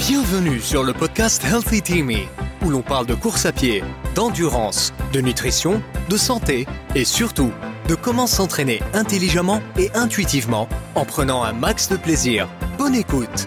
Bienvenue sur le podcast Healthy Teamy, où l'on parle de course à pied, d'endurance, de nutrition, de santé et surtout de comment s'entraîner intelligemment et intuitivement en prenant un max de plaisir. Bonne écoute!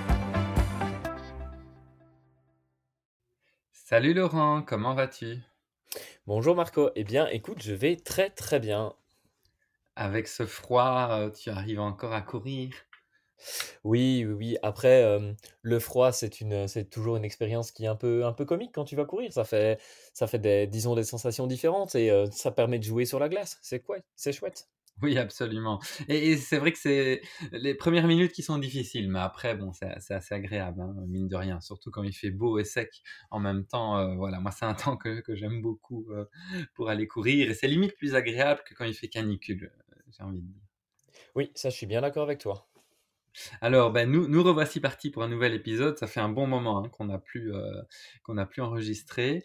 Salut Laurent, comment vas-tu? Bonjour Marco, eh bien écoute, je vais très très bien. Avec ce froid, tu arrives encore à courir? Oui, oui, oui, après, le froid, c'est toujours une expérience qui est un peu comique quand tu vas courir. Ça fait disons des sensations différentes et ça permet de jouer sur la glace. C'est chouette. Oui, absolument. Et c'est vrai que c'est les premières minutes qui sont difficiles, mais après, bon, c'est assez agréable, hein, mine de rien, surtout quand il fait beau et sec en même temps. Voilà, moi, c'est un temps que j'aime beaucoup pour aller courir, et c'est limite plus agréable que quand il fait canicule, j'ai envie de dire. Oui, ça je suis bien d'accord avec toi. Alors, ben, nous revoici partis pour un nouvel épisode. Ça fait un bon moment hein, qu'on n'a plus enregistré.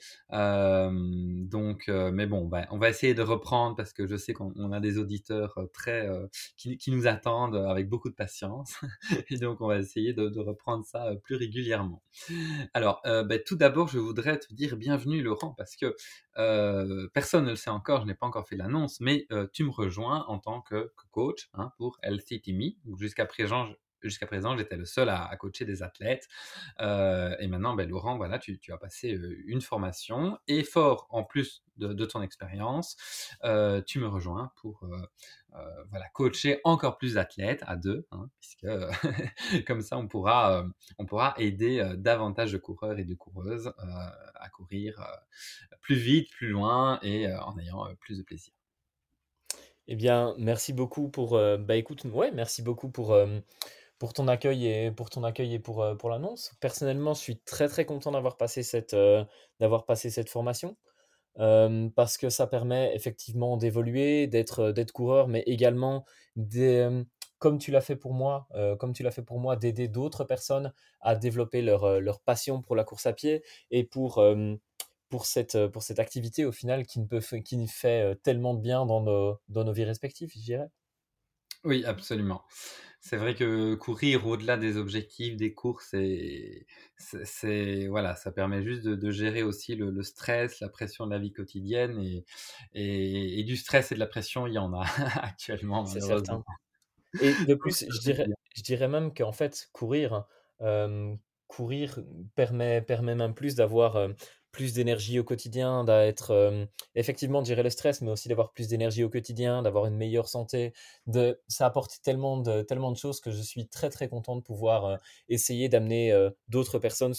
Mais bon, ben, on va essayer de reprendre parce que je sais qu'on a des auditeurs qui nous attendent avec beaucoup de patience. Et donc, on va essayer de reprendre ça plus régulièrement. Alors, ben, tout d'abord, je voudrais te dire bienvenue, Laurent, parce que personne ne le sait encore, je n'ai pas encore fait l'annonce, mais tu me rejoins en tant que coach hein, pour LCTME. Donc, jusqu'à présent, j'étais le seul à coacher des athlètes. Et maintenant, ben, Laurent, voilà, tu as passé une formation et fort en plus de ton expérience, tu me rejoins pour voilà, coacher encore plus d'athlètes à deux, hein, puisque comme ça, on pourra aider davantage de coureurs et de coureuses à courir plus vite, plus loin et en ayant plus de plaisir. Eh bien, merci beaucoup bah écoute, ouais, merci beaucoup pour ton accueil et pour l'annonce. Personnellement, je suis très très content d'avoir passé cette formation. Parce que ça permet effectivement d'évoluer, d'être coureur, mais également comme tu l'as fait pour moi, d'aider d'autres personnes à développer leur passion pour la course à pied et pour cette activité au final qui nous fait tellement de bien dans nos vies respectives, je dirais. Oui, absolument. C'est vrai que courir au-delà des objectifs, des courses, voilà, ça permet juste de gérer aussi le stress, la pression de la vie quotidienne et du stress et de la pression, il y en a actuellement C'est malheureusement. certain. Et de Donc plus, ça je fait du dirais bien. je dirais même qu'en fait, courir permet même plus d'avoir, plus d'énergie au quotidien, effectivement de gérer le stress, mais aussi d'avoir plus d'énergie au quotidien, d'avoir une meilleure santé, ça apporte tellement de choses que je suis très, très content de pouvoir, essayer d'amener, d'autres personnes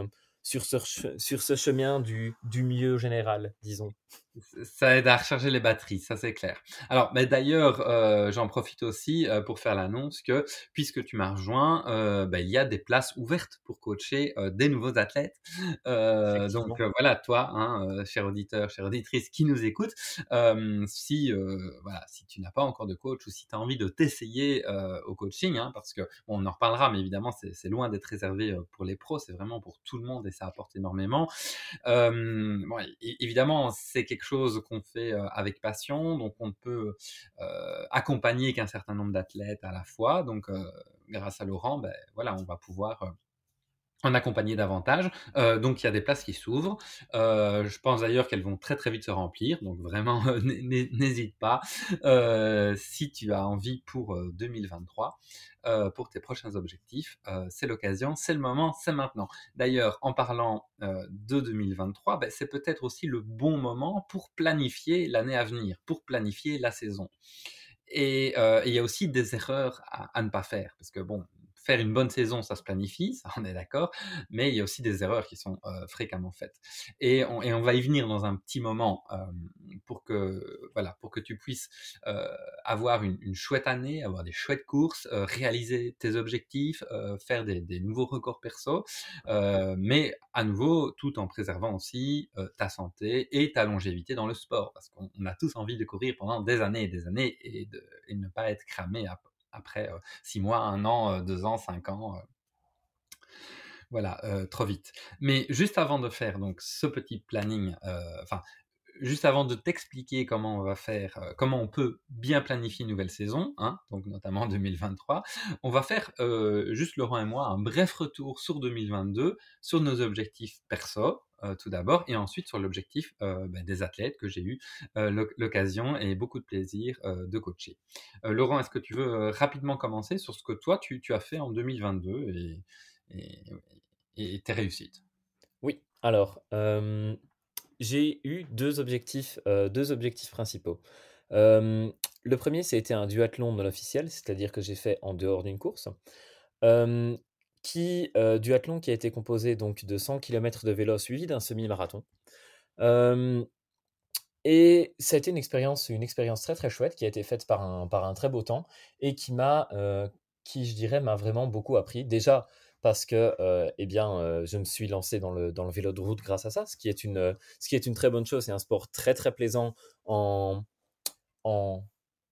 sur ce chemin du mieux général, disons. Ça aide à recharger les batteries, ça c'est clair. Alors, mais d'ailleurs, j'en profite aussi pour faire l'annonce que puisque tu m'as rejoint, bah, il y a des places ouvertes pour coacher des nouveaux athlètes. Effectivement. Voilà, toi, hein, cher auditeur, chère auditrice qui nous écoute, si voilà, si tu n'as pas encore de coach ou si tu as envie de t'essayer au coaching, hein, parce que bon, on en reparlera, mais évidemment c'est loin d'être réservé pour les pros, c'est vraiment pour tout le monde et ça apporte énormément. Bon, évidemment, c'est quelque chose qu'on fait avec passion, donc on ne peut accompagner qu'un certain nombre d'athlètes à la fois. Donc, grâce à Laurent, ben, voilà, on va pouvoir en accompagner davantage. Donc, il y a des places qui s'ouvrent. Je pense d'ailleurs qu'elles vont très très vite se remplir. Donc, vraiment, n'hésite pas. Si tu as envie pour 2023, pour tes prochains objectifs, c'est l'occasion, c'est le moment, c'est maintenant. D'ailleurs, en parlant de 2023, ben, c'est peut-être aussi le bon moment pour planifier l'année à venir, pour planifier la saison. Et il y a aussi des erreurs à ne pas faire, parce que bon, faire une bonne saison, ça se planifie, ça on est d'accord, mais il y a aussi des erreurs qui sont fréquemment faites. Et on va y venir dans un petit moment pour que tu puisses avoir une chouette année, avoir des chouettes courses, réaliser tes objectifs, faire des nouveaux records perso, mais à nouveau, tout en préservant aussi ta santé et ta longévité dans le sport, parce qu'on a tous envie de courir pendant des années et des années et ne pas être cramé après 6 mois, 1 an, 2 ans, 5 ans. Voilà, trop vite. Mais juste avant de faire donc ce petit planning, enfin juste avant de t'expliquer comment on va faire, comment on peut bien planifier une nouvelle saison, hein, donc notamment 2023, on va faire, juste Laurent et moi, un bref retour sur 2022, sur nos objectifs perso, tout d'abord, et ensuite sur l'objectif des athlètes que j'ai eu l'occasion et beaucoup de plaisir de coacher. Laurent, est-ce que tu veux rapidement commencer sur ce que toi tu as fait en 2022 et, et tes réussites? Oui, alors, j'ai eu 2 objectifs principaux. Hem, le premier, ça a été un duathlon non officiel, c'est-à-dire que j'ai fait en dehors d'une course. Hem, duathlon qui a été composé donc de 100 kilomètres de vélo suivi d'un semi-marathon. Hem Et ça a été une expérience très, très chouette qui a été faite par un très beau temps et qui je dirais m'a vraiment beaucoup appris. Déjà parce que, je me suis lancé dans le vélo de route grâce à ça, ce qui est une très bonne chose. C'est un sport très, très plaisant en en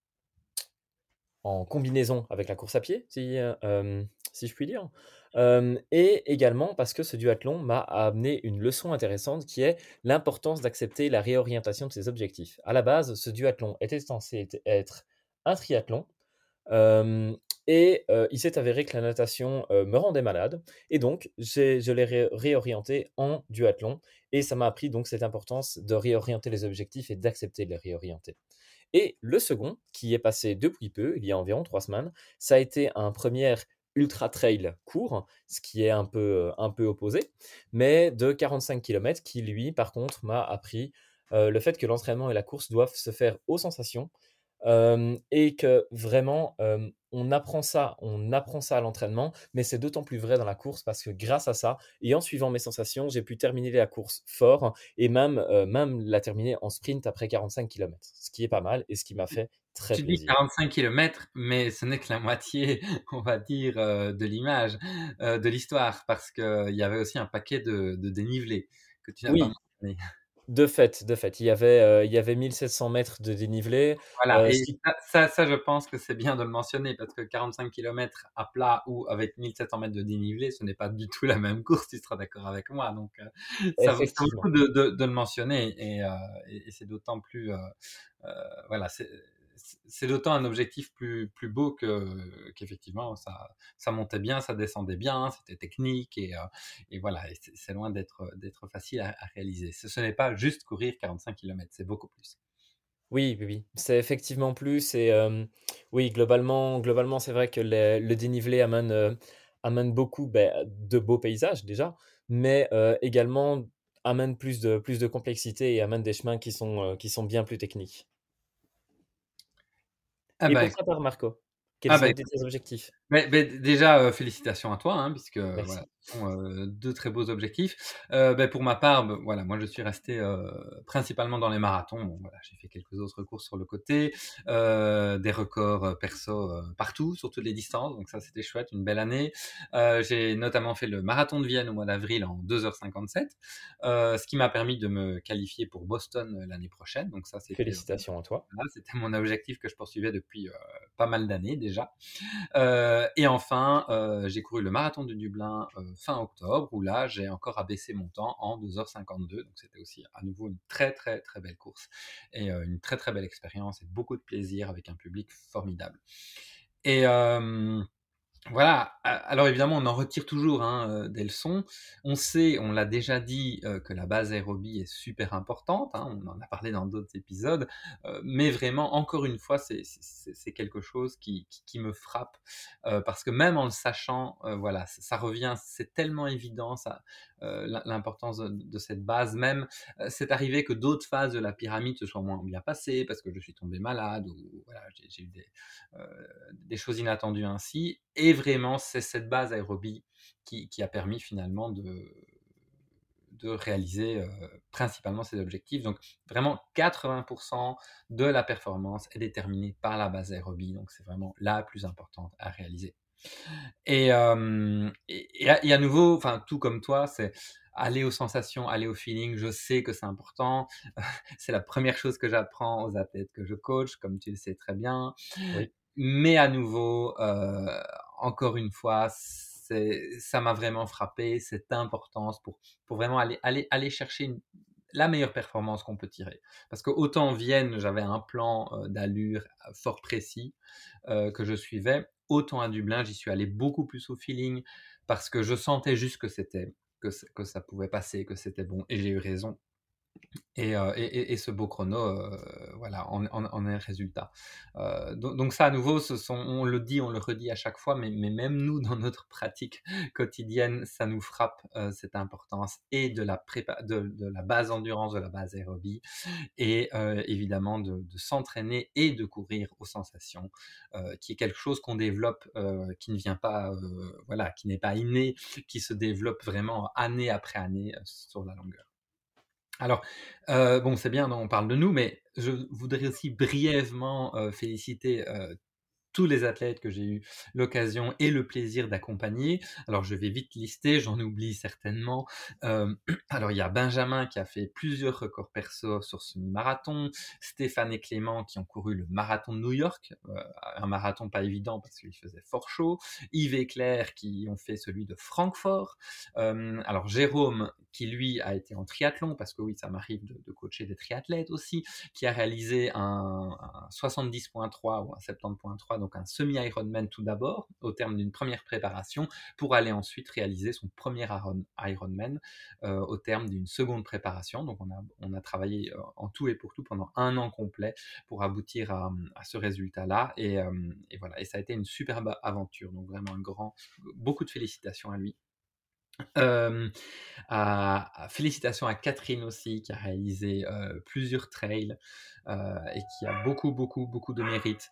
en combinaison avec la course à pied, si je puis dire. Et également parce que ce duathlon m'a amené une leçon intéressante qui est l'importance d'accepter la réorientation de ses objectifs. À la base, ce duathlon était censé être un triathlon, il s'est avéré que la natation, me rendait malade et donc je l'ai réorienté en duathlon et ça m'a appris donc cette importance de réorienter les objectifs et d'accepter de les réorienter. Et le second, qui est passé depuis peu, il y a environ 3 semaines, ça a été un premier ultra trail court, ce qui est un peu opposé, mais de 45 kilomètres qui lui, par contre, m'a appris, le fait que l'entraînement et la course doivent se faire aux sensations. Et que vraiment, on apprend ça à l'entraînement, mais c'est d'autant plus vrai dans la course parce que grâce à ça et en suivant mes sensations, j'ai pu terminer la course fort et même la terminer en sprint après 45 kilomètres, ce qui est pas mal et ce qui m'a fait très Tu dis plaisir. 45 kilomètres, mais ce n'est que la moitié, on va dire, de l'image, de l'histoire, parce qu'il y avait aussi un paquet de dénivelé que tu n'as pas Oui, mentionné. de fait, il y avait 1 700 mètres de dénivelé, Voilà, ce et qui ça, je pense que c'est bien de le mentionner, parce que 45 kilomètres à plat ou avec 1 700 mètres de dénivelé, ce n'est pas du tout la même course, tu seras d'accord avec moi. Donc, ça vaut le coup effectivement. de le mentionner, et c'est d'autant plus, voilà, c'est d'autant un objectif plus beau qu'effectivement ça montait bien, ça descendait bien, c'était technique et voilà, et c'est loin d'être facile à réaliser. Ce n'est pas juste courir 45 kilomètres, c'est beaucoup plus. Oui, oui, oui, c'est effectivement plus oui, globalement, c'est vrai que le dénivelé amène beaucoup, de beaux paysages déjà, mais également amène plus de complexité et amène des chemins qui sont bien plus techniques. Ah Et bah, pour écoute, ta part, Marco, ah quels ont bah, été tes objectifs? déjà, félicitations à toi, hein, puisque, voilà, Merci. ce sont, 2 très beaux objectifs. Pour ma part, voilà, moi je suis resté, principalement dans les marathons. Bon voilà, j'ai fait quelques autres courses sur le côté, des records, perso, partout, sur toutes les distances, donc ça c'était chouette, une belle année. J'ai notamment fait le marathon de Vienne au mois d'avril en 2h57, ce qui m'a permis de me qualifier pour Boston, l'année prochaine, donc ça c'était, Félicitations à toi. voilà, c'était mon objectif que je poursuivais depuis, pas mal d'années déjà. Et enfin, j'ai couru le marathon de Dublin fin octobre, où là, j'ai encore abaissé mon temps en 2h52. Donc, c'était aussi à nouveau une très, très, très belle course et une très, très belle expérience et beaucoup de plaisir avec un public formidable. Et voilà, alors évidemment, on en retire toujours hein, des leçons. On sait, on l'a déjà dit, que la base aérobie est super importante, hein, on en a parlé dans d'autres épisodes, mais vraiment, encore une fois, c'est quelque chose qui me frappe, parce que même en le sachant, voilà, ça revient, c'est tellement évident, ça, l'importance de cette base. Même, c'est arrivé que d'autres phases de la pyramide se soient moins bien passées, parce que je suis tombé malade, ou voilà, j'ai eu des choses inattendues ainsi. Et vraiment, c'est cette base aérobie qui a permis finalement de réaliser principalement ces objectifs. Donc vraiment, 80% de la performance est déterminée par la base aérobie. Donc c'est vraiment la plus importante à réaliser. Et à nouveau, enfin tout comme toi, c'est aller aux sensations, aller au feeling. Je sais que c'est important. C'est la première chose que j'apprends aux athlètes que je coach, comme tu le sais très bien. Oui. Mais à nouveau, encore une fois, ça m'a vraiment frappé, cette importance pour vraiment aller chercher la meilleure performance qu'on peut tirer. Parce que autant en Vienne, j'avais un plan d'allure fort précis que je suivais, autant à Dublin, j'y suis allé beaucoup plus au feeling parce que je sentais juste que ça pouvait passer, que c'était bon, et j'ai eu raison. Et ce beau chrono, voilà, en est le résultat. Donc ça, à nouveau, on le dit, on le redit à chaque fois, mais même nous, dans notre pratique quotidienne, ça nous frappe cette importance et de la prépa, de la base endurance, de la base aérobie, et évidemment de s'entraîner et de courir aux sensations, qui est quelque chose qu'on développe, qui ne vient pas, voilà, qui n'est pas inné, qui se développe vraiment année après année sur la longueur. Alors, bon, c'est bien, on parle de nous, mais je voudrais aussi brièvement féliciter tous les athlètes que j'ai eu l'occasion et le plaisir d'accompagner. Alors, je vais vite lister, j'en oublie certainement. Alors, il y a Benjamin qui a fait plusieurs records perso sur semi-marathon, Stéphane et Clément qui ont couru le marathon de New York, un marathon pas évident parce qu'il faisait fort chaud, Yves et Claire qui ont fait celui de Francfort, alors Jérôme qui lui a été en triathlon, parce que oui, ça m'arrive de coacher des triathlètes aussi, qui a réalisé un 70.3 ou un 70.3, donc un semi-Ironman tout d'abord, au terme d'une première préparation, pour aller ensuite réaliser son premier Ironman au terme d'une seconde préparation. Donc on a travaillé en tout et pour tout pendant 1 an complet pour aboutir à ce résultat-là. Et voilà, et ça a été une superbe aventure. Donc vraiment beaucoup de félicitations à lui. Félicitations à Catherine aussi, qui a réalisé plusieurs trails et qui a beaucoup de mérite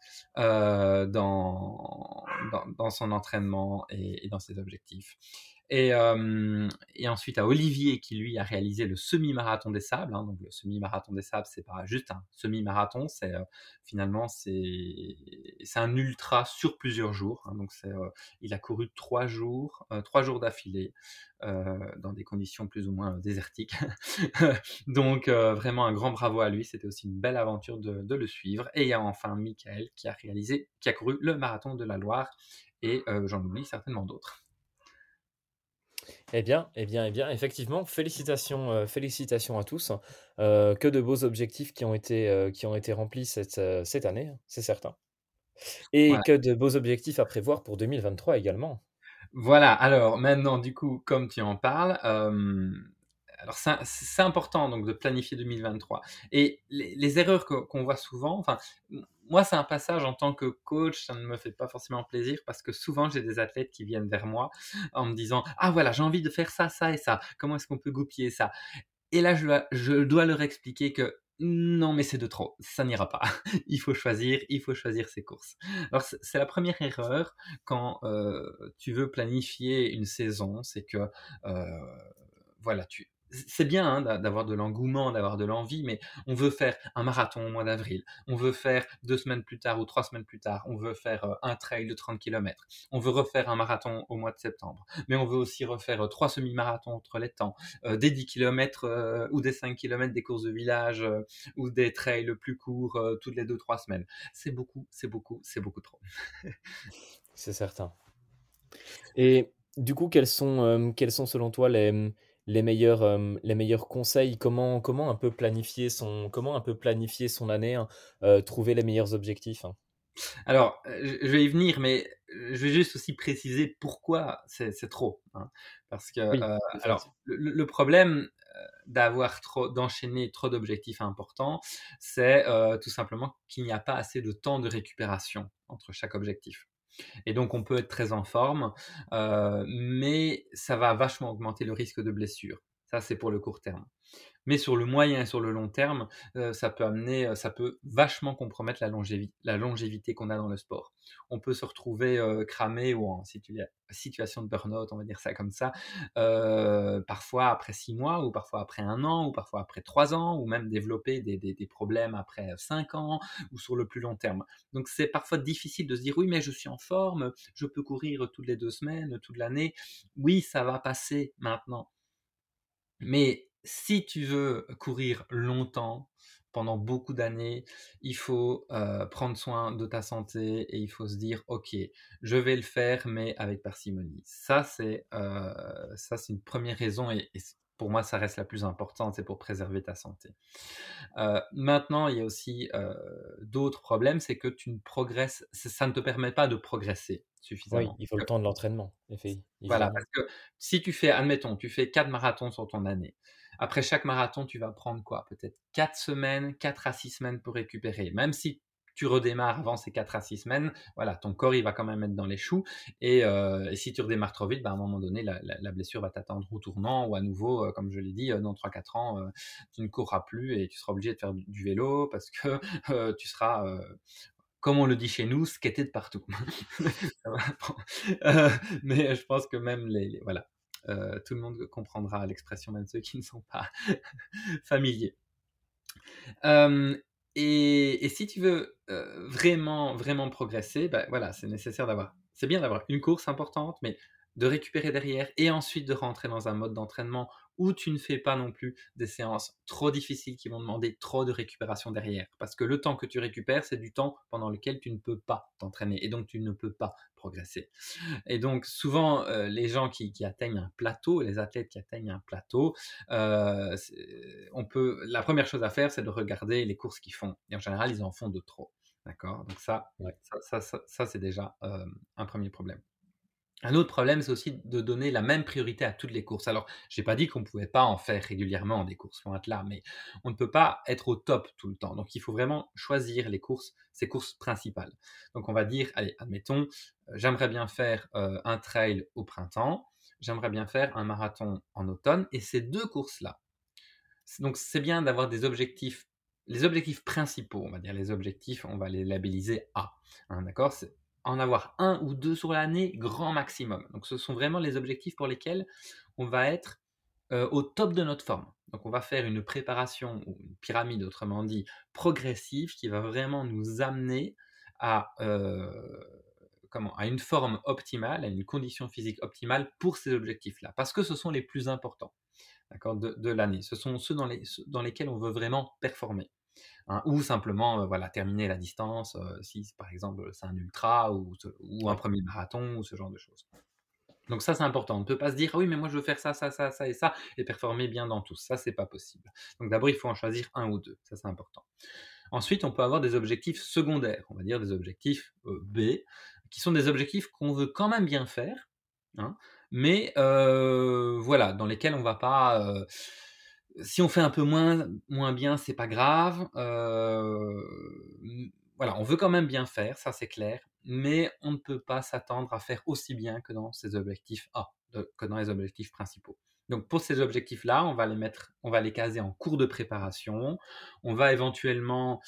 dans son entraînement et dans ses objectifs. Et ensuite à Olivier qui lui a réalisé le semi-marathon des sables. Donc le semi-marathon des sables, c'est pas juste un semi-marathon, finalement c'est un ultra sur plusieurs jours. Donc il a couru 3 jours d'affilée dans des conditions plus ou moins désertiques. Donc vraiment un grand bravo à lui, c'était aussi une belle aventure de le suivre. Et il y a enfin Michael qui a couru le marathon de la Loire, et j'en oublie certainement d'autres. Effectivement, félicitations à tous. Que de beaux objectifs qui ont été remplis cette année, hein, c'est certain. Et Voilà. que de beaux objectifs à prévoir pour 2023 également. Voilà, alors maintenant, du coup, comme tu en parles, alors c'est important donc de planifier 2023. Et les erreurs qu'on voit souvent, enfin, moi, c'est un passage en tant que coach, ça ne me fait pas forcément plaisir parce que souvent, j'ai des athlètes qui viennent vers moi en me disant: «Ah voilà, j'ai envie de faire ça, ça et ça. Comment est-ce qu'on peut goupiller ça?» Et là, je dois leur expliquer que non, mais c'est de trop, ça n'ira pas. Il faut choisir ses courses. Alors, c'est la première erreur quand tu veux planifier une saison, c'est que voilà, c'est bien hein, d'avoir de l'engouement, d'avoir de l'envie, mais on veut faire un marathon au mois d'avril, on veut faire 2 semaines plus tard ou 3 semaines plus tard, on veut faire un trail de 30 km, on veut refaire un marathon au mois de septembre, mais on veut aussi refaire 3 semi-marathons entre les temps, des 10 km ou des 5 km des courses de village ou des trails plus courts toutes les 2-3 semaines. C'est beaucoup, c'est beaucoup, c'est beaucoup trop. C'est certain. Et du coup, quels sont selon toi les meilleurs conseils? Comment un peu planifier son année, hein, trouver les meilleurs objectifs, hein? Alors, je vais y venir, mais je vais juste aussi préciser pourquoi c'est trop, hein. Parce que, Oui, alors, définitivement. le problème d'enchaîner trop d'objectifs importants, c'est tout simplement qu'il n'y a pas assez de temps de récupération entre chaque objectif. Et donc, on peut être très en forme, mais ça va vachement augmenter le risque de blessure. Ça, c'est pour le court terme. Mais sur le moyen et sur le long terme, ça peut vachement compromettre la longévité qu'on a dans le sport. On peut se retrouver cramé ou en situation de burn-out, on va dire ça comme ça, parfois après 6 mois, ou parfois après 1 an, ou parfois après 3 ans, ou même développer des problèmes après 5 ans, ou sur le plus long terme. Donc c'est parfois difficile de se dire: «Oui, mais je suis en forme, je peux courir toutes les 2 semaines, toute l'année». Oui, ça va passer maintenant. Mais si tu veux courir longtemps, pendant beaucoup d'années, il faut prendre soin de ta santé et il faut se dire: «OK, je vais le faire, mais avec parcimonie». Ça, c'est une première raison, et pour moi, ça reste la plus importante, c'est pour préserver ta santé. Maintenant, il y a aussi d'autres problèmes, c'est que tu ne progresses, ça ne te permet pas de progresser Oui, suffisamment. il faut le temps de l'entraînement, Voilà, évidemment. parce que si tu fais, admettons, tu fais 4 marathons sur ton année. Après chaque marathon, tu vas prendre quoi? Peut-être 4 semaines, 4 à 6 semaines pour récupérer. Même si tu redémarres avant ces 4 à 6 semaines, voilà, ton corps, il va quand même être dans les choux et si tu redémarres trop vite, bah, à un moment donné, la blessure va t'attendre au tournant ou à nouveau, comme je l'ai dit, dans 3 4 ans, tu ne courras plus et tu seras obligé de faire du vélo parce que, tu seras, comme on le dit chez nous, skater de partout. Ça va Heu, mais je pense que même voilà, tout le monde comprendra l'expression, même ceux qui ne sont pas familiers. Hem et si tu veux, vraiment, vraiment progresser, bah, voilà, c'est bien d'avoir une course importante, mais de récupérer derrière et ensuite de rentrer dans un mode d'entraînement où tu ne fais pas non plus des séances trop difficiles qui vont demander trop de récupération derrière. Parce que le temps que tu récupères, c'est du temps pendant lequel tu ne peux pas t'entraîner et donc tu ne peux pas progresser. Et donc souvent, les gens qui atteignent un plateau, les athlètes qui atteignent un plateau, la première chose à faire, c'est de regarder les courses qu'ils font. Et en général, ils en font de trop. D'accord. Donc Ouais. ça c'est déjà un premier problème. Un autre problème, c'est aussi de donner la même priorité à toutes les courses. Alors, j'ai pas dit qu'on pouvait pas en faire régulièrement des courses, loin de là, mais on ne peut pas être au top tout le temps. Donc, il faut vraiment choisir les courses, ces courses principales. Donc, on va dire, allez, admettons, j'aimerais bien faire un trail au printemps, j'aimerais bien faire un marathon en automne, et ces deux courses-là. Donc, c'est bien d'avoir des objectifs, les objectifs principaux, on va dire les objectifs, on va les labelliser A. Hein, d'accord? C'est en avoir un ou deux sur l'année, grand maximum. Donc, ce sont vraiment les objectifs pour lesquels on va être au top de notre forme. Donc, on va faire une préparation ou une pyramide, autrement dit, progressive, qui va vraiment nous amener à, à une forme optimale, à une condition physique optimale pour ces objectifs-là, parce que ce sont les plus importants, d'accord, de l'année. Ce sont ceux dans lesquels on veut vraiment performer. Hein, ou simplement voilà, terminer la distance, si par exemple c'est un ultra ou un Ouais. premier marathon ou ce genre de choses. Donc ça c'est important. On ne peut pas se dire ah oui mais moi je veux faire ça, ça, ça, ça et ça et performer bien dans tout. Ça c'est pas possible. Donc d'abord il faut en choisir un ou deux. Ça c'est important. Ensuite on peut avoir des objectifs secondaires, on va dire des objectifs B, qui sont des objectifs qu'on veut quand même bien faire, hein, mais voilà, dans lesquels on va pas. Si on fait un peu moins bien, c'est pas grave. Voilà, on veut quand même bien faire, ça c'est clair, mais on ne peut pas s'attendre à faire aussi bien que dans ces objectifs A, que dans les objectifs principaux. Donc pour ces objectifs-là, on va les caser en cours de préparation. On va éventuellement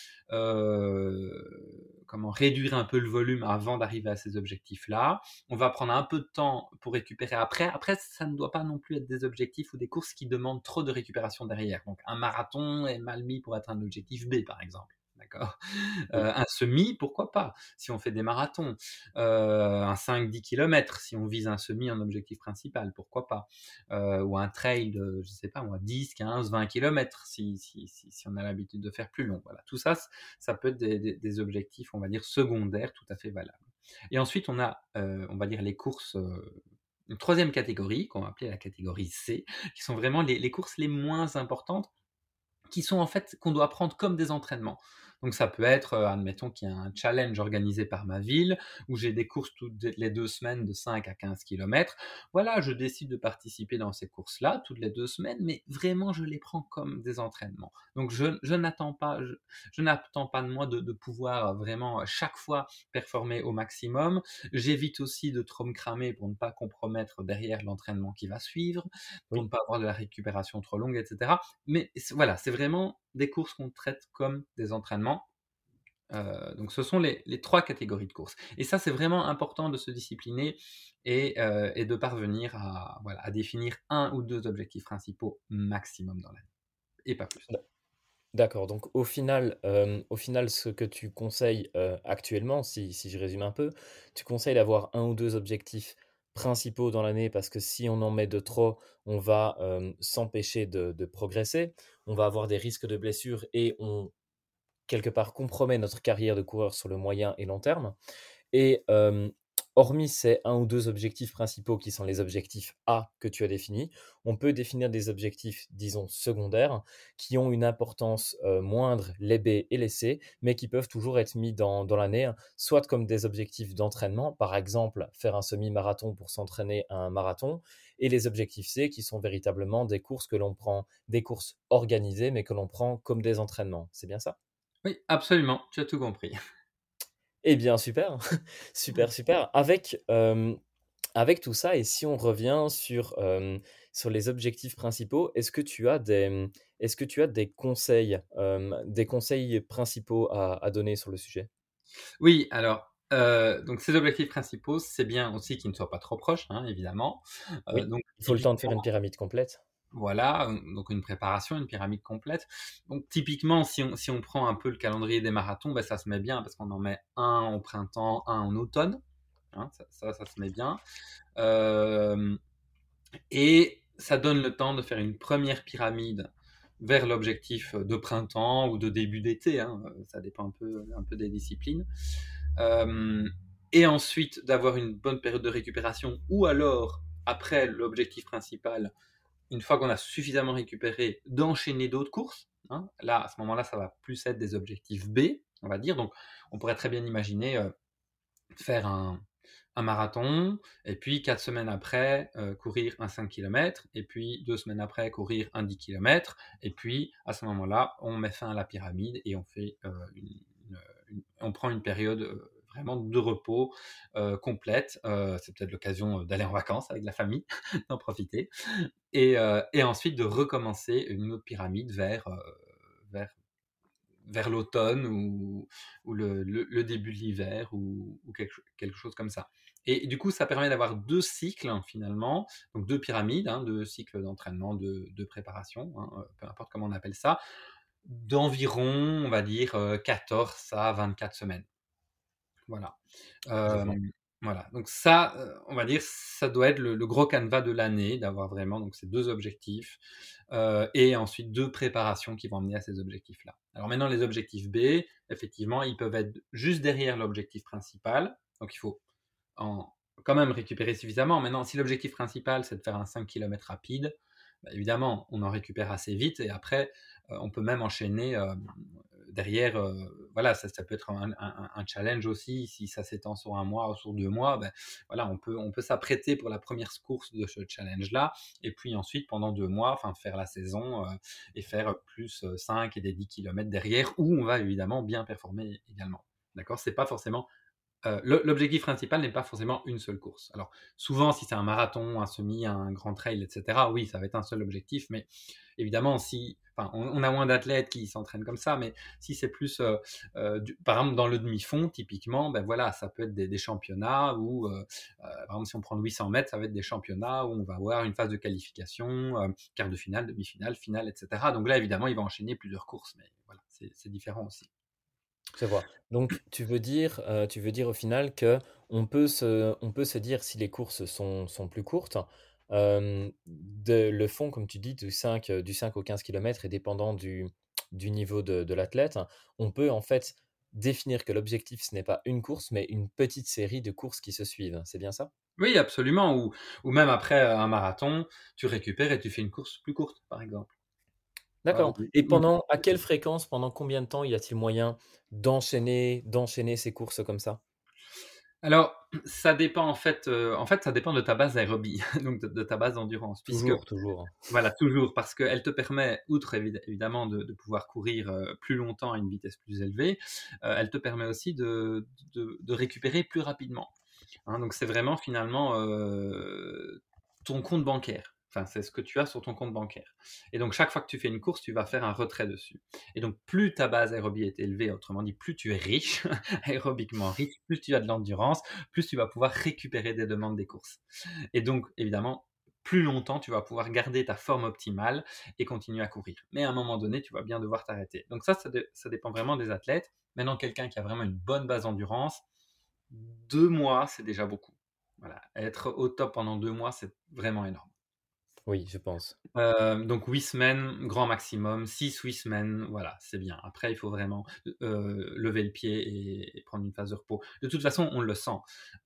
réduire un peu le volume avant d'arriver à ces objectifs-là. On va prendre un peu de temps pour récupérer après. Après, ça ne doit pas non plus être des objectifs ou des courses qui demandent trop de récupération derrière. Donc un marathon est mal mis pour être un objectif B, par exemple. D'accord. Oui. Un semi, pourquoi pas, si on fait des marathons. Un 5-10 km, si on vise un semi en objectif principal, pourquoi pas. Ou un trail de, je sais pas moi, 10, 15, 20 km, si on a l'habitude de faire plus long. Voilà. Tout ça, ça peut être des objectifs, on va dire, secondaires, tout à fait valables. Et ensuite, on a, on va dire, les courses, une troisième catégorie, qu'on va appeler la catégorie C, qui sont vraiment les courses les moins importantes, qui sont en fait, qu'on doit prendre comme des entraînements. Donc ça peut être, admettons qu'il y a un challenge organisé par ma ville, où j'ai des courses toutes les 2 semaines de 5 à 15 kilomètres. Voilà, je décide de participer dans ces courses-là, toutes les 2 semaines, mais vraiment je les prends comme des entraînements. Donc je n'attends pas de moi de pouvoir vraiment chaque fois performer au maximum. J'évite aussi de trop me cramer pour ne pas compromettre derrière l'entraînement qui va suivre, pour Oui. ne pas avoir de la récupération trop longue et cetera. Mais voilà, c'est vraiment des courses qu'on traite comme des entraînements. Donc ce sont les 3 catégories de courses et ça, c'est vraiment important de se discipliner et de parvenir à voilà, à définir 1 ou 2 objectifs principaux maximum dans l'année et pas plus. D'accord, donc au final, ce que tu conseilles, actuellement, si je résume un peu, tu conseilles d'avoir un ou 2 objectifs principaux dans l'année parce que si on en met de trop, on va, s'empêcher de progresser. On va avoir des risques de blessures et on, quelque part, compromet notre carrière de coureur sur le moyen et long terme et hormis ces un ou 2 objectifs principaux qui sont les objectifs A que tu as définis, on peut définir des objectifs, disons, secondaires, qui ont une importance, moindre, les B et les C, mais qui peuvent toujours être mis dans l'année, hein, soit comme des objectifs d'entraînement, par exemple, faire un semi-marathon pour s'entraîner à un marathon, et les objectifs C qui sont véritablement des courses que l'on prend des courses organisées, mais que l'on prend comme des entraînements. C'est bien ça? Oui, absolument, tu as tout compris. Eh bien, super, super, super. Avec tout ça et si on revient sur les objectifs principaux, est-ce que tu as des conseils principaux à donner sur le sujet? Oui, alors, donc ces objectifs principaux, c'est bien aussi qu'ils ne soient pas trop proches, hein, évidemment. Oui, Donc il faut le temps de typiquement, faire une pyramide complète. voilà, donc une préparation, une pyramide complète. Donc typiquement, si on prend un peu le calendrier des marathons, bah, ça se met bien parce qu'on en met un au printemps, un en automne, hein, ça se met bien. Hem Et ça donne le temps de faire une première pyramide vers l'objectif de printemps ou de début d'été, hein, ça dépend un peu des disciplines. Euh, et ensuite d'avoir une bonne période de récupération ou alors, après l'objectif principal, une fois qu'on a suffisamment récupéré, d'enchaîner d'autres courses, hein. Là, à ce moment-là, ça va plus être des objectifs B, on va dire. Donc, on pourrait très bien imaginer faire un marathon, et puis 4 semaines après, courir un 5 km, et puis 2 semaines après, courir un 10 km, et puis à ce moment-là, on met fin à la pyramide et on fait on prend une période vraiment de repos complète. C'est peut-être l'occasion d'aller en vacances avec la famille, d'en profiter, et ensuite de recommencer une autre pyramide vers vers l'automne ou le début de l'hiver ou quelque chose comme ça. Et du coup, ça permet d'avoir deux cycles hein, finalement, donc deux pyramides, hein, deux cycles d'entraînement, de préparation, hein, peu importe comment on appelle ça, d'environ, on va dire, 14 à 24 semaines. Voilà. Je vois. Voilà, donc ça, on va dire, ça doit être le gros canevas de l'année, d'avoir vraiment donc ces 2 objectifs, et ensuite 2 préparations qui vont amener à ces objectifs-là. Alors maintenant les objectifs B, effectivement, ils peuvent être juste derrière l'objectif principal, donc il faut en quand même récupérer suffisamment. Maintenant, si l'objectif principal, c'est de faire un 5 kilomètres rapide, bah, évidemment, on en récupère assez vite et après, on peut même enchaîner, derrière, voilà, ça peut être un challenge aussi. Si ça s'étend sur 1 mois ou sur 2 mois, bah, voilà, on peut s'apprêter pour la première course de ce challenge-là et puis ensuite pendant 2 mois, enfin faire la saison, et faire plus, 5 et des 10 kilomètres derrière où on va évidemment bien performer également. D'accord? C'est pas forcément l'objectif principal n'est pas forcément une seule course. Alors, souvent, si c'est un marathon, un semi, un grand trail, etc., oui, ça va être un seul objectif, mais évidemment, si, enfin, on a moins d'athlètes qui s'entraînent comme ça, mais si c'est plus, par exemple, dans le demi-fond, typiquement, ben voilà, ça peut être des championnats ou, par exemple, si on prend le 800 mètres, ça va être des championnats où on va avoir une phase de qualification, quart de finale, demi-finale, finale, etc. Donc là, évidemment, il va enchaîner plusieurs courses, mais voilà, c'est différent aussi. Je vois. Donc tu veux dire au final que on peut se dire si les courses sont plus courtes, de le fond comme tu dis du 5 au 15 kilomètres et dépendant du niveau de l'athlète, on peut en fait définir que l'objectif ce n'est pas une course, mais une petite série de courses qui se suivent. C'est bien ça? Oui, absolument. Ou même après un marathon, tu récupères et tu fais une course plus courte, par exemple. D'accord Ou et ou une pendant à quelle fréquence, pendant combien de temps y a-t-il moyen d'enchaîner ces courses comme ça? alors, ça dépend en fait, ça dépend de ta base aérobie, donc de ta base d'endurance, puisque Toujours, toujours. voilà, toujours, parce qu'elle te permet, outre évidemment de pouvoir courir plus longtemps à une vitesse plus élevée, elle te permet aussi de récupérer plus rapidement. Hein, donc c'est vraiment finalement ton compte bancaire. Enfin, c'est ce que tu as sur ton compte bancaire. Et donc chaque fois que tu fais une course, tu vas faire un retrait dessus. Et donc plus ta base aérobie est élevée, autrement dit, plus tu es riche, aérobiquement riche, plus tu as de l'endurance, plus tu vas pouvoir récupérer des demandes des courses. Et donc évidemment, plus longtemps tu vas pouvoir garder ta forme optimale et continuer à courir. Mais à un moment donné, tu vas bien devoir t'arrêter. Donc ça dépend vraiment des athlètes. Maintenant, quelqu'un qui a vraiment une bonne base d'endurance, 2 mois, c'est déjà beaucoup. Voilà, être au top pendant 2 mois, c'est vraiment énorme. Oui, je pense. Donc 8 semaines, grand maximum, 6-8 semaines, voilà, c'est bien. Après, il faut vraiment, lever le pied et prendre une phase de repos. De toute façon, on le sent.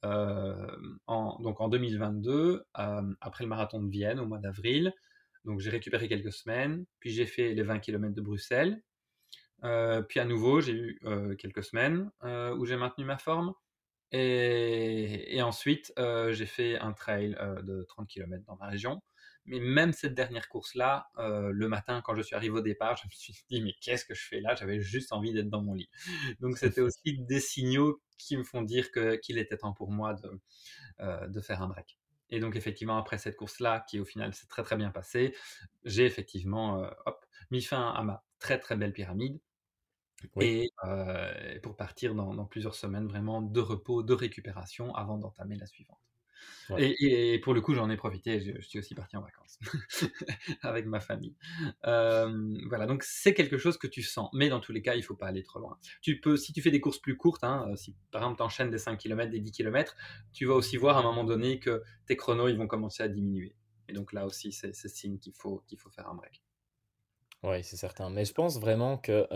En 2022, après le marathon de Vienne au mois d'avril, donc j'ai récupéré quelques semaines, puis j'ai fait les 20 kilomètres de Bruxelles. Puis à nouveau, j'ai eu, quelques semaines, où j'ai maintenu ma forme et ensuite, j'ai fait un trail, de 30 kilomètres dans ma région. Mais même cette dernière course-là, le matin, quand je suis arrivé au départ, je me suis dit: «Mais qu'est-ce que je fais là?» J'avais juste envie d'être dans mon lit. Donc c'était aussi des signaux qui me font dire qu'il était temps pour moi de faire un break. Et donc effectivement, après cette course-là, qui au final s'est très, très bien passée, j'ai effectivement, hop, mis fin à ma très, très belle pyramide Oui. et pour partir dans plusieurs semaines vraiment de repos, de récupération avant d'entamer la suivante. Ouais. Et pour le coup, j'en ai profité, je suis aussi parti en vacances avec ma famille. Voilà, donc c'est quelque chose que tu sens, mais dans tous les cas, il faut pas aller trop loin. Tu peux si tu fais des courses plus courtes, hein, si par exemple tu enchaînes des 5 kilomètres, des 10 kilomètres, tu vas aussi voir à un moment donné que tes chronos, ils vont commencer à diminuer et donc là aussi, c'est signe qu'il faut faire un break. Ouais, c'est certain. Mais je pense vraiment que,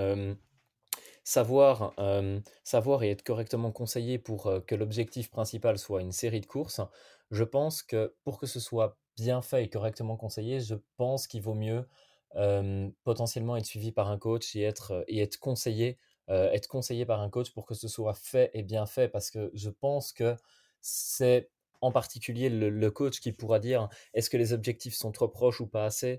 savoir et être correctement conseillé pour, que l'objectif principal soit une série de courses, je pense que pour que ce soit bien fait et correctement conseillé, je pense qu'il vaut mieux, potentiellement être suivi par un coach et être conseillé par un coach pour que ce soit fait et bien fait. Parce que je pense que c'est en particulier le coach qui pourra dire: «Est-ce que les objectifs sont trop proches ou pas assez,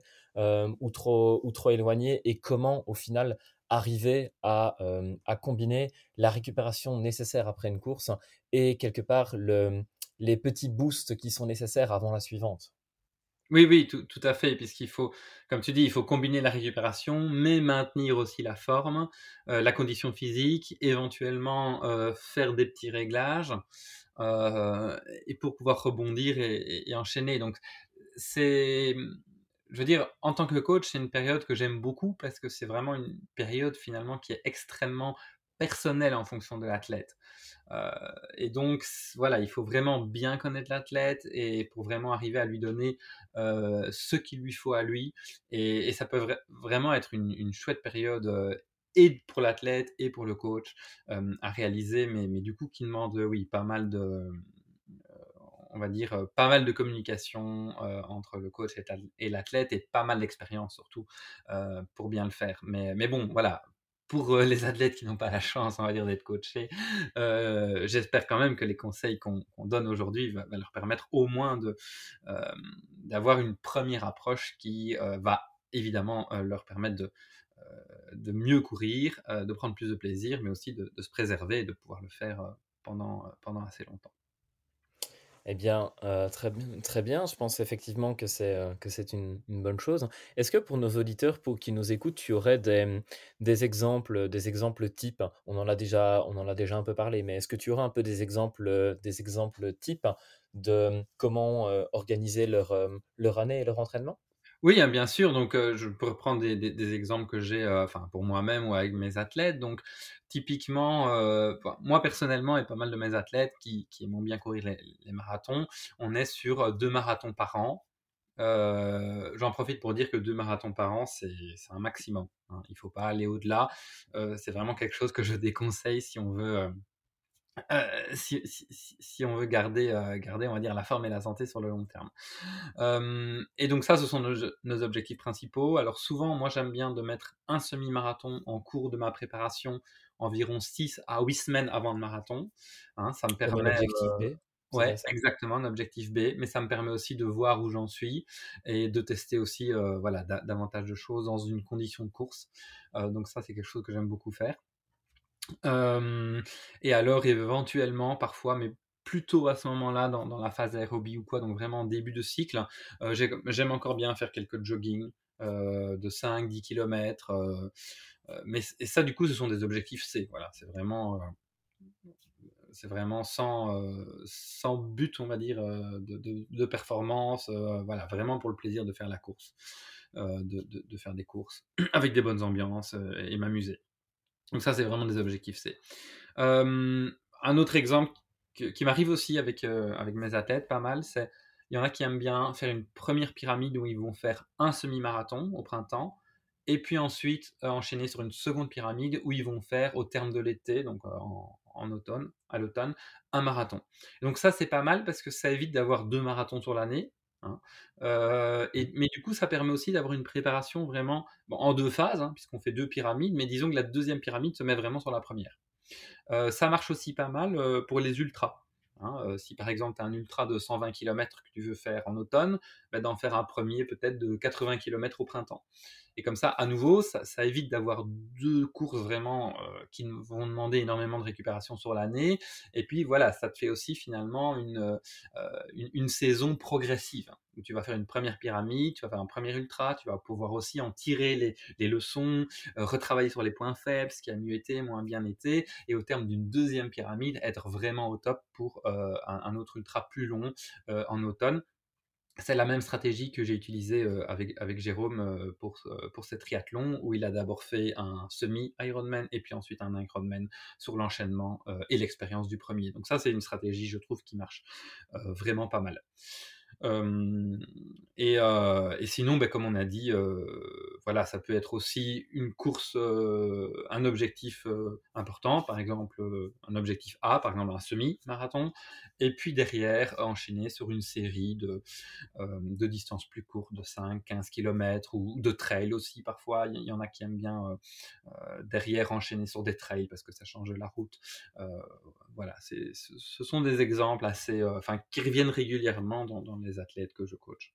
ou trop éloignés?» et comment au final arriver à combiner la récupération nécessaire après une course et quelque part les petits boosts qui sont nécessaires avant la suivante. Oui, oui, tout à fait, puisqu'il faut, comme tu dis, il faut combiner la récupération, mais maintenir aussi la forme, la condition physique, éventuellement, faire des petits réglages, et pour pouvoir rebondir et enchaîner. Donc c'est, je veux dire, en tant que coach, c'est une période que j'aime beaucoup parce que c'est vraiment une période finalement qui est extrêmement personnelle en fonction de l'athlète. Heu et donc voilà, il faut vraiment bien connaître l'athlète et pour vraiment arriver à lui donner, ce qu'il lui faut à lui et ça peut vraiment être une chouette période, et pour l'athlète et pour le coach, à réaliser mais du coup qui demande, oui, pas mal de, on va dire, pas mal de communication, entre le coach et l'athlète et pas mal d'expérience surtout, pour bien le faire. Mais bon, voilà, pour, les athlètes qui n'ont pas la chance, on va dire, d'être coachés, j'espère quand même que les conseils qu'on donne aujourd'hui va leur permettre au moins d'avoir une première approche qui, va évidemment, leur permettre de mieux courir, de prendre plus de plaisir, mais aussi de se préserver et de pouvoir le faire, pendant assez longtemps. Eh bien, très bien, je pense effectivement que c'est une bonne chose. Est-ce que pour nos auditeurs pour qui nous écoutent, tu aurais des exemples types? On en a déjà un peu parlé, mais est-ce que tu aurais un peu des exemples types de comment, organiser leur année et leur entraînement? Oui, hein, bien sûr, donc je peux reprendre des exemples que j'ai, enfin pour moi-même ou avec mes athlètes. Donc typiquement, enfin moi personnellement et pas mal de mes athlètes qui aiment bien courir les marathons, on est sur, 2 marathons par an. J'en profite pour dire que 2 marathons par an, c'est un maximum, hein. Il faut pas aller au-delà. C'est vraiment quelque chose que je déconseille si on veut, si on veut garder, on va dire, la forme et la santé sur le long terme. Et donc ça, ce sont nos objectifs principaux. Alors souvent, moi, j'aime bien de mettre un semi-marathon en cours de ma préparation, environ 6 à 8 semaines avant le marathon, hein. Ça me Comme un permet, objectif B, c'est bien ouais, ça? exactement, un objectif B, mais ça me permet aussi de voir où j'en suis et de tester aussi, voilà, davantage de choses dans une condition de course. Donc ça, c'est quelque chose que j'aime beaucoup faire. Hem Et alors éventuellement, parfois, mais plutôt à ce moment-là, dans la phase aérobie ou quoi, donc vraiment en début de cycle, j'aime encore bien faire quelques jogging, de 5-10 kilomètres, mais et ça, du coup, ce sont des objectifs C, voilà. C'est vraiment sans but, on va dire, de performance, voilà, vraiment pour le plaisir de faire la course, de faire des courses avec des bonnes ambiances, et m'amuser. Donc ça, c'est vraiment des objectifs C. Un autre exemple qui m'arrive aussi avec mes athlètes pas mal, c'est Il y en a qui aiment bien faire une première pyramide où ils vont faire un semi-marathon au printemps, et puis ensuite enchaîner sur une seconde pyramide où ils vont faire au terme de l'été, donc en automne, à l'automne, un marathon. Donc ça, c'est pas mal parce que ça évite d'avoir 2 marathons sur l'année, hein. Mais du coup, ça permet aussi d'avoir une préparation vraiment bon, en 2 phases, hein, puisqu'on fait 2 pyramides, mais disons que la deuxième pyramide se met vraiment sur la première. Ça marche aussi pas mal pour les ultras, hein. Si par exemple tu as un ultra de 120 kilomètres que tu veux faire en automne, bah, d'en faire un premier peut-être de 80 kilomètres au printemps. Et comme ça, à nouveau, ça évite d'avoir deux courses vraiment qui vont demander énormément de récupération sur l'année. Et puis voilà, ça te fait aussi finalement une saison progressive, hein, où tu vas faire une première pyramide, tu vas faire un premier ultra, tu vas pouvoir aussi en tirer les leçons, retravailler sur les points faibles, ce qui a mieux été, moins bien été, et au terme d'une deuxième pyramide, être vraiment au top pour un autre ultra plus long en automne. C'est la même stratégie que j'ai utilisée avec Jérôme pour ce triathlon, où il a d'abord fait un semi-Ironman et puis ensuite un Ironman sur l'enchaînement et l'expérience du premier. Donc ça, c'est une stratégie, je trouve, qui marche vraiment pas mal. Euh, et sinon, ben, comme on a dit, voilà, ça peut être aussi une course, un objectif important, par exemple un objectif A, par exemple un semi-marathon, et puis derrière enchaîner sur une série de distances plus courtes, de 5-15 km ou de trail aussi parfois. Il y en a qui aiment bien derrière enchaîner sur des trails parce que ça change la route. Euh, voilà, ce sont des exemples assez, enfin, qui reviennent régulièrement dans les athlètes que je coach.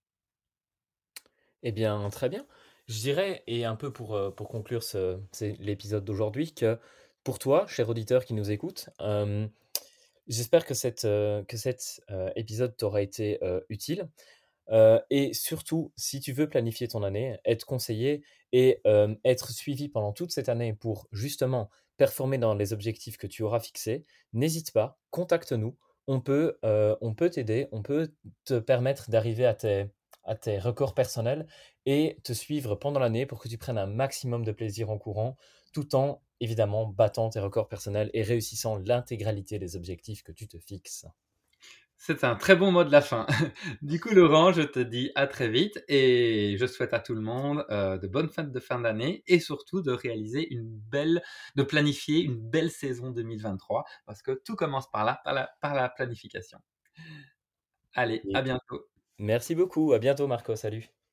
Eh bien, très bien. Je dirais, et un peu pour conclure l'épisode d'aujourd'hui, que pour toi, cher auditeur qui nous écoute, j'espère que cet épisode t'aura été utile. Et surtout, si tu veux planifier ton année, être conseillé et être suivi pendant toute cette année pour justement performer dans les objectifs que tu auras fixés, n'hésite pas, contacte-nous. On peut t'aider, on peut te permettre d'arriver à tes records personnels et te suivre pendant l'année pour que tu prennes un maximum de plaisir en courant, tout en évidemment battant tes records personnels et réussissant l'intégralité des objectifs que tu te fixes. C'est un très bon mot de la fin. Du coup, Laurent, je te dis à très vite et je souhaite à tout le monde de bonnes fêtes de fin d'année et surtout de planifier une belle saison 2023 parce que tout commence par là, par la planification. Allez, à Et bientôt. merci beaucoup, à bientôt Marco, salut.